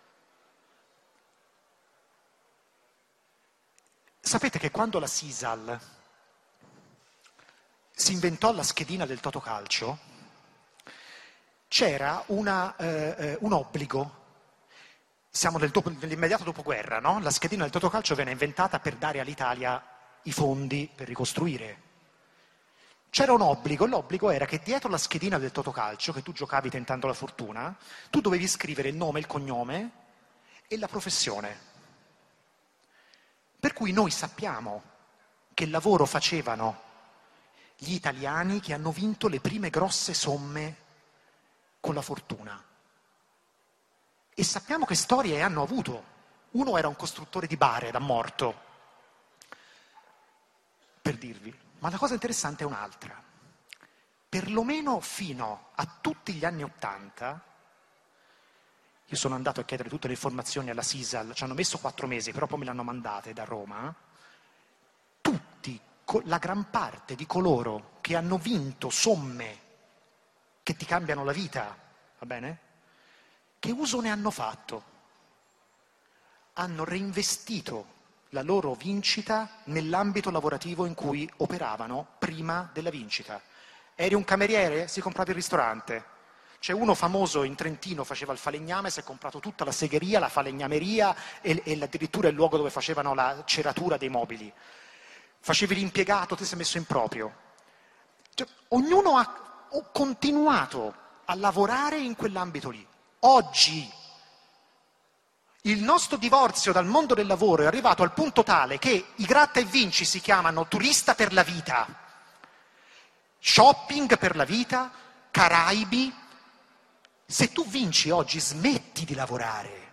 Speaker 1: Sapete che quando la Sisal si inventò la schedina del Totocalcio, c'era un obbligo. Siamo nell'immediato dopoguerra, no? La schedina del Totocalcio venne inventata per dare all'Italia i fondi per ricostruire. C'era un obbligo, l'obbligo era che dietro la schedina del Totocalcio, che tu giocavi tentando la fortuna, tu dovevi scrivere il nome, il cognome e la professione. Per cui noi sappiamo che lavoro facevano gli italiani che hanno vinto le prime grosse somme con la fortuna. E sappiamo che storie hanno avuto. Uno era un costruttore di bare da morto, per dirvi. Ma la cosa interessante è un'altra. Perlomeno fino a tutti gli anni *80, io sono andato a chiedere tutte le informazioni alla Sisal, ci hanno messo 4 mesi, però poi me le hanno mandate da Roma, la gran parte di coloro che hanno vinto somme che ti cambiano la vita, va bene? Che uso ne hanno fatto? Hanno reinvestito la loro vincita nell'ambito lavorativo in cui operavano prima della vincita. Eri un cameriere? Si comprava il ristorante. C'è uno famoso in Trentino, faceva il falegname, si è comprato tutta la segheria, la falegnameria e addirittura il luogo dove facevano la ceratura dei mobili. Facevi l'impiegato, ti sei messo in proprio. Cioè, ognuno ha continuato a lavorare in quell'ambito lì. Oggi il nostro divorzio dal mondo del lavoro è arrivato al punto tale che i gratta e vinci si chiamano turista per la vita, shopping per la vita, Caraibi. Se tu vinci oggi smetti di lavorare,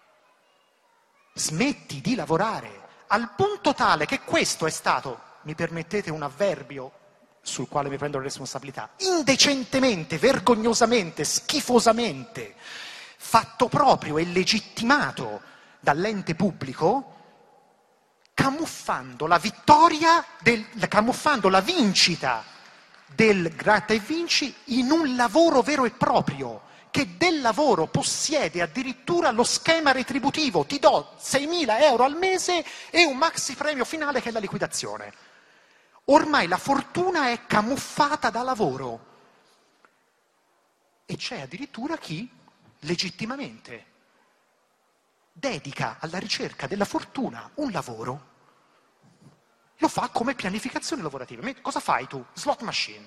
Speaker 1: al punto tale che questo è stato, mi permettete un avverbio sul quale mi prendo la responsabilità, indecentemente, vergognosamente, schifosamente fatto proprio e legittimato dall'ente pubblico, camuffando la vincita del gratta e vinci in un lavoro vero e proprio, che del lavoro possiede addirittura lo schema retributivo. Ti do 6.000 euro al mese e un maxi premio finale che è la liquidazione. Ormai la fortuna è camuffata da lavoro. E c'è addirittura chi legittimamente dedica alla ricerca della fortuna un lavoro. Lo fa come pianificazione lavorativa. Cosa fai tu? Slot machine.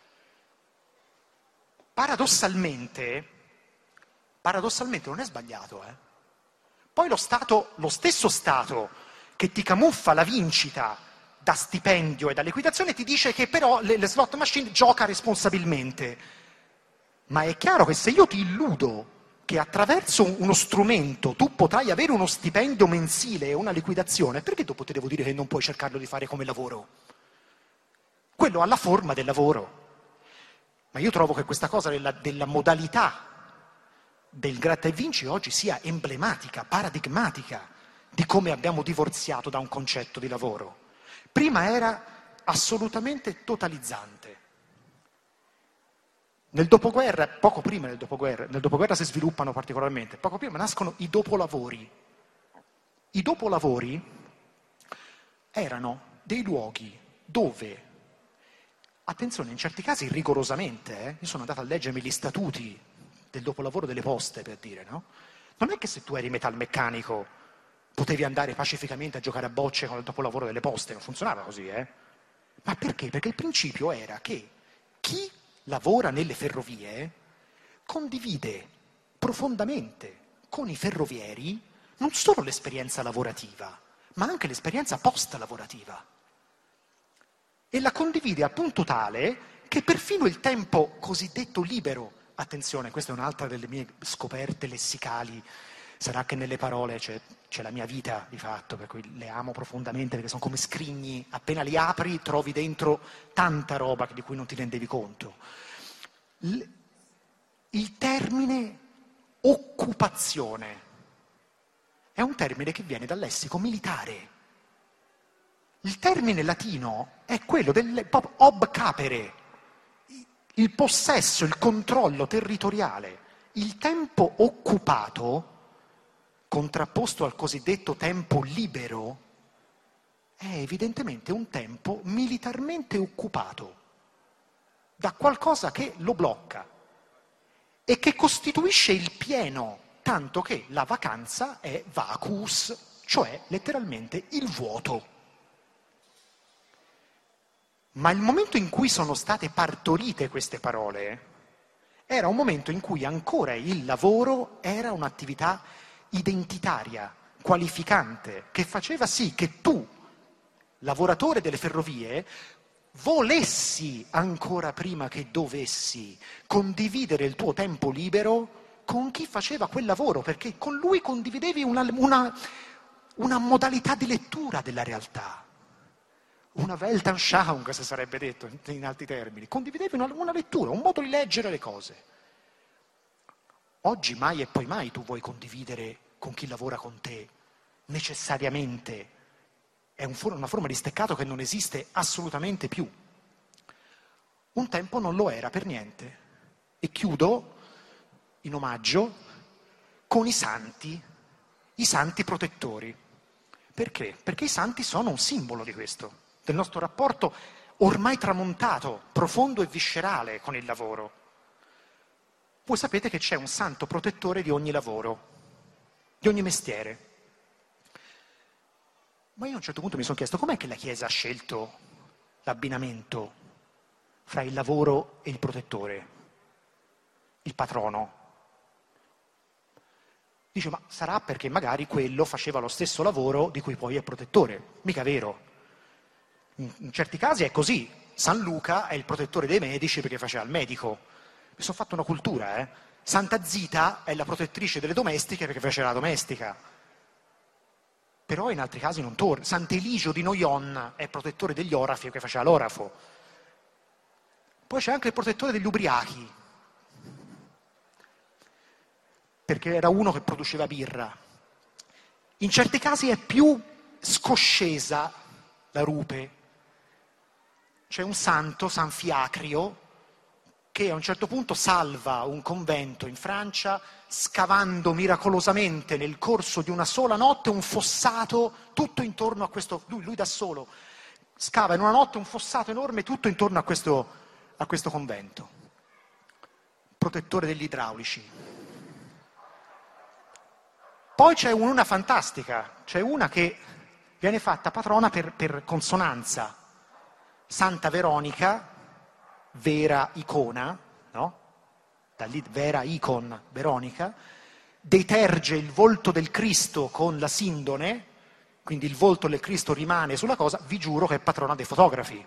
Speaker 1: Paradossalmente non è sbagliato. Poi lo stesso Stato che ti camuffa la vincita da stipendio e da liquidazione ti dice che però le slot machine gioca responsabilmente. Ma è chiaro che se io ti illudo che attraverso uno strumento tu potrai avere uno stipendio mensile e una liquidazione, perché dopo ti devo dire che non puoi cercarlo di fare come lavoro? Quello ha la forma del lavoro. Ma io trovo che questa cosa della modalità del gratta e vinci oggi sia emblematica, paradigmatica di come abbiamo divorziato da un concetto di lavoro. Prima era assolutamente totalizzante. Nel dopoguerra, poco prima nel dopoguerra si sviluppano particolarmente, poco prima nascono i dopolavori. I dopolavori erano dei luoghi dove, attenzione, in certi casi rigorosamente, io sono andato a leggermi gli statuti del dopolavoro delle poste, per dire, no? Non è che se tu eri metalmeccanico potevi andare pacificamente a giocare a bocce con il dopolavoro delle poste, non funzionava così, Ma perché? Perché il principio era che chi lavora nelle ferrovie condivide profondamente con i ferrovieri non solo l'esperienza lavorativa, ma anche l'esperienza post-lavorativa. E la condivide al punto tale che perfino il tempo cosiddetto libero, attenzione, questa è un'altra delle mie scoperte lessicali, sarà che nelle parole c'è la mia vita di fatto, per cui le amo profondamente perché sono come scrigni, appena li apri trovi dentro tanta roba di cui non ti rendevi conto. Il termine occupazione è un termine che viene dal lessico militare. Il termine latino è quello del ob capere, il possesso, il controllo territoriale. Il tempo occupato, contrapposto al cosiddetto tempo libero, è evidentemente un tempo militarmente occupato da qualcosa che lo blocca e che costituisce il pieno, tanto che la vacanza è vacuus, cioè letteralmente il vuoto. Ma il momento in cui sono state partorite queste parole era un momento in cui ancora il lavoro era un'attività identitaria, qualificante che faceva sì che tu, lavoratore delle ferrovie, volessi ancora prima che dovessi condividere il tuo tempo libero con chi faceva quel lavoro, perché con lui condividevi una modalità di lettura della realtà. Una Weltanschauung, si sarebbe detto in altri termini. Condividevi una lettura, un modo di leggere le cose. Oggi mai e poi mai tu vuoi condividere con chi lavora con te, necessariamente. È una forma di steccato che non esiste assolutamente più. Un tempo non lo era per niente. E chiudo in omaggio con i santi protettori. Perché? Perché i santi sono un simbolo di questo, del nostro rapporto ormai tramontato, profondo e viscerale con il lavoro. Voi sapete che c'è un santo protettore di ogni lavoro, di ogni mestiere. Ma io a un certo punto mi sono chiesto com'è che la Chiesa ha scelto l'abbinamento fra il lavoro e il protettore, il patrono. Dice, ma sarà perché magari quello faceva lo stesso lavoro di cui poi è protettore. Mica vero. In certi casi è così. San Luca è il protettore dei medici perché faceva il medico. Mi sono fatto una cultura, eh? Santa Zita è la protettrice delle domestiche perché faceva la domestica. Però in altri casi non torna. Sant'Eligio di Noyon è protettore degli orafi perché faceva l'orafo. Poi c'è anche il protettore degli ubriachi, perché era uno che produceva birra. In certi casi è più scoscesa la rupe. C'è un santo, San Fiacrio, che a un certo punto salva un convento in Francia scavando miracolosamente nel corso di una sola notte un fossato tutto intorno a questo, lui da solo, scava in una notte un fossato enorme tutto intorno a questo convento. Protettore degli idraulici. Poi c'è una fantastica, c'è una che viene fatta patrona per consonanza. Santa Veronica, vera icona, no? Da lì vera icon, Veronica, deterge il volto del Cristo con la sindone, quindi il volto del Cristo rimane sulla cosa, vi giuro che è patrona dei fotografi.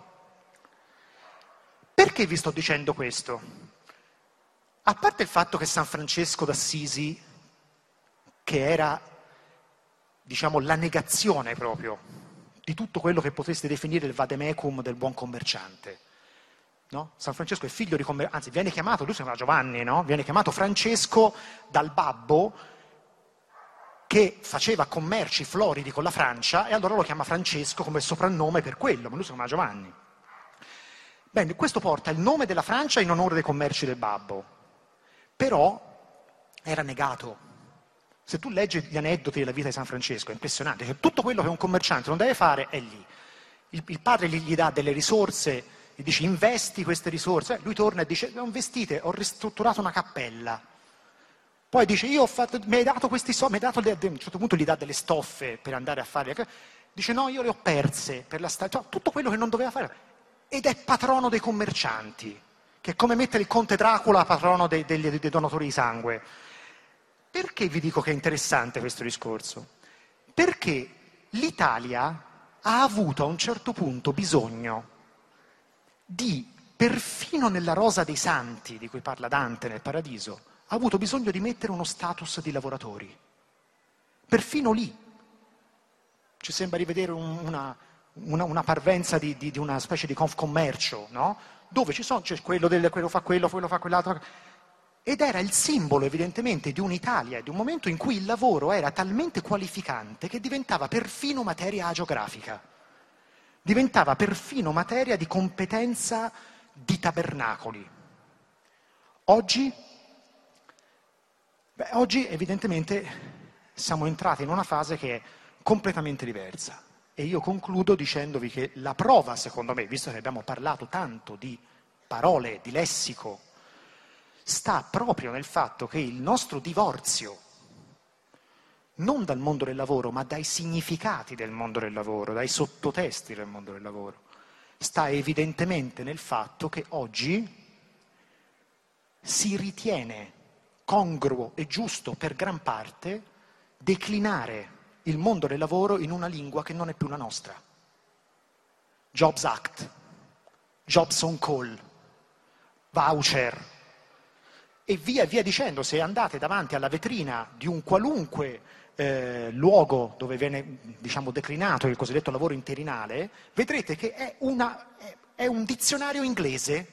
Speaker 1: Perché vi sto dicendo questo? A parte il fatto che San Francesco d'Assisi, che era, diciamo, la negazione proprio di tutto quello che potreste definire il vademecum del buon commerciante. No? San Francesco è figlio di commerciante, anzi viene chiamato, lui si chiama Giovanni, no? Viene chiamato Francesco dal babbo che faceva commerci floridi con la Francia e allora lo chiama Francesco come soprannome per quello, ma lui si chiama Giovanni. Bene, questo porta il nome della Francia in onore dei commerci del babbo, però era negato. Se tu leggi gli aneddoti della vita di San Francesco è impressionante, cioè, tutto quello che un commerciante non deve fare è lì. Il padre gli dà delle risorse, gli dice investi queste risorse, lui torna e dice non investite, ho ristrutturato una cappella. Poi dice mi hai dato questi soldi, a un certo punto gli dà delle stoffe per andare a fare, dice no, io le ho perse per la stagione, tutto quello che non doveva fare. Ed è patrono dei commercianti, che è come mettere il conte Dracula patrono dei donatori di sangue. Perché vi dico che è interessante questo discorso? Perché l'Italia ha avuto a un certo punto bisogno di, perfino nella rosa dei santi, di cui parla Dante nel Paradiso, ha avuto bisogno di mettere uno status di lavoratori. Perfino lì. Ci sembra rivedere una parvenza di una specie di confcommercio, no? Dove c'è quello fa quell'altro. Ed era il simbolo evidentemente di un'Italia, di un momento in cui il lavoro era talmente qualificante che diventava perfino materia agiografica, diventava perfino materia di competenza di tabernacoli. Oggi evidentemente siamo entrati in una fase che è completamente diversa e io concludo dicendovi che la prova, secondo me, visto che abbiamo parlato tanto di parole, di lessico, sta proprio nel fatto che il nostro divorzio, non dal mondo del lavoro, ma dai significati del mondo del lavoro, dai sottotesti del mondo del lavoro, sta evidentemente nel fatto che oggi si ritiene congruo e giusto per gran parte declinare il mondo del lavoro in una lingua che non è più la nostra. Jobs Act, Jobs on Call, voucher e via dicendo. Se andate davanti alla vetrina di un qualunque luogo dove viene, diciamo, declinato il cosiddetto lavoro interinale, vedrete che è un dizionario inglese.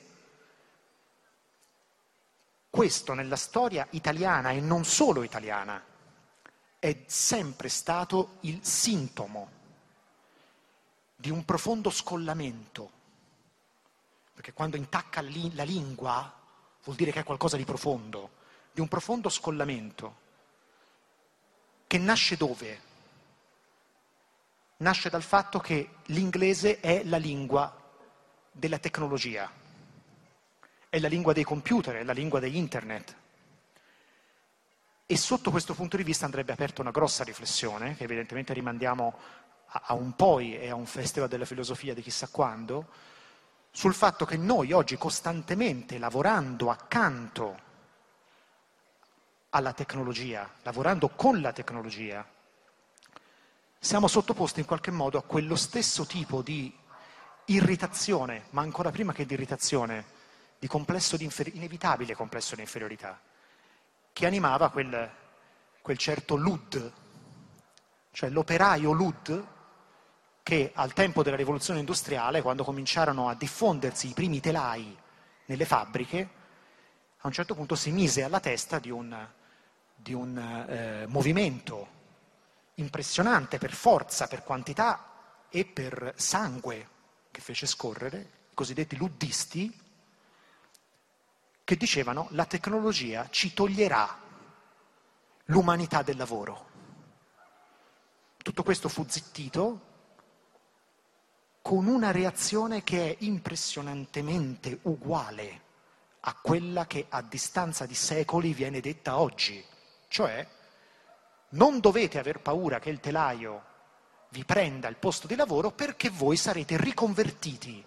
Speaker 1: Questo nella storia italiana e non solo italiana è sempre stato il sintomo di un profondo scollamento, perché quando intacca la lingua vuol dire che è qualcosa di profondo, di un profondo scollamento che nasce dove? Nasce dal fatto che l'inglese è la lingua della tecnologia, è la lingua dei computer, è la lingua di internet. E sotto questo punto di vista andrebbe aperta una grossa riflessione, che evidentemente rimandiamo a un poi e a un festival della filosofia di chissà quando, sul fatto che noi oggi costantemente lavorando accanto alla tecnologia, lavorando con la tecnologia, siamo sottoposti in qualche modo a quello stesso tipo di irritazione, ma ancora prima che di irritazione, di inevitabile complesso di inferiorità, che animava quel certo Lud, cioè l'operaio Lud, che al tempo della rivoluzione industriale, quando cominciarono a diffondersi i primi telai nelle fabbriche, a un certo punto si mise alla testa di un movimento impressionante per forza, per quantità e per sangue che fece scorrere, i cosiddetti luddisti, che dicevano: la tecnologia ci toglierà l'umanità del lavoro. Tutto questo fu zittito con una reazione che è impressionantemente uguale a quella che a distanza di secoli viene detta oggi, cioè non dovete aver paura che il telaio vi prenda il posto di lavoro perché voi sarete riconvertiti.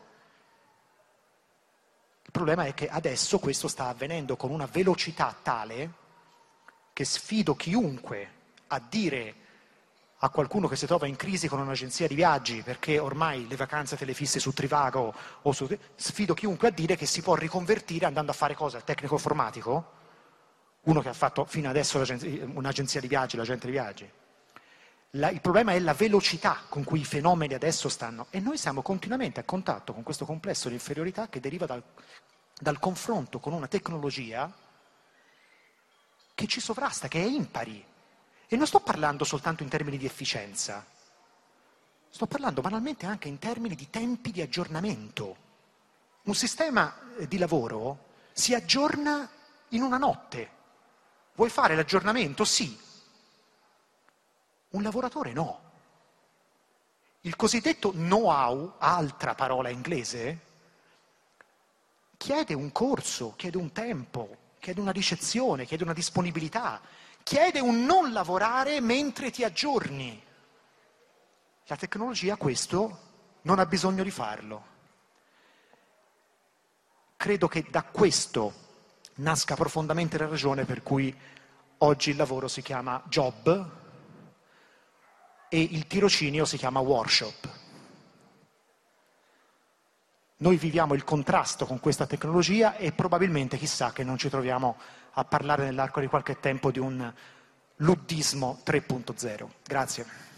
Speaker 1: Il problema è che adesso questo sta avvenendo con una velocità tale che sfido chiunque a dire a qualcuno che si trova in crisi con un'agenzia di viaggi perché ormai le vacanze te le fisse su Trivago sfido chiunque a dire che si può riconvertire andando a fare cosa? Il tecnico informatico? Uno che ha fatto fino adesso un'agenzia di viaggi, l'agente di viaggi. Il problema è la velocità con cui i fenomeni adesso stanno, e noi siamo continuamente a contatto con questo complesso di inferiorità che deriva dal confronto con una tecnologia che ci sovrasta, che è impari. E non sto parlando soltanto in termini di efficienza, sto parlando banalmente anche in termini di tempi di aggiornamento. Un sistema di lavoro si aggiorna in una notte. Vuoi fare l'aggiornamento? Sì. Un lavoratore no. Il cosiddetto know-how, altra parola inglese, chiede un corso, chiede un tempo, chiede una ricezione, chiede una disponibilità, chiede un non lavorare mentre ti aggiorni. La tecnologia questo non ha bisogno di farlo. Credo che da questo nasca profondamente la ragione per cui oggi il lavoro si chiama job e il tirocinio si chiama workshop. Noi viviamo il contrasto con questa tecnologia e probabilmente, chissà, che non ci troviamo a parlare nell'arco di qualche tempo di un luddismo 3.0. Grazie.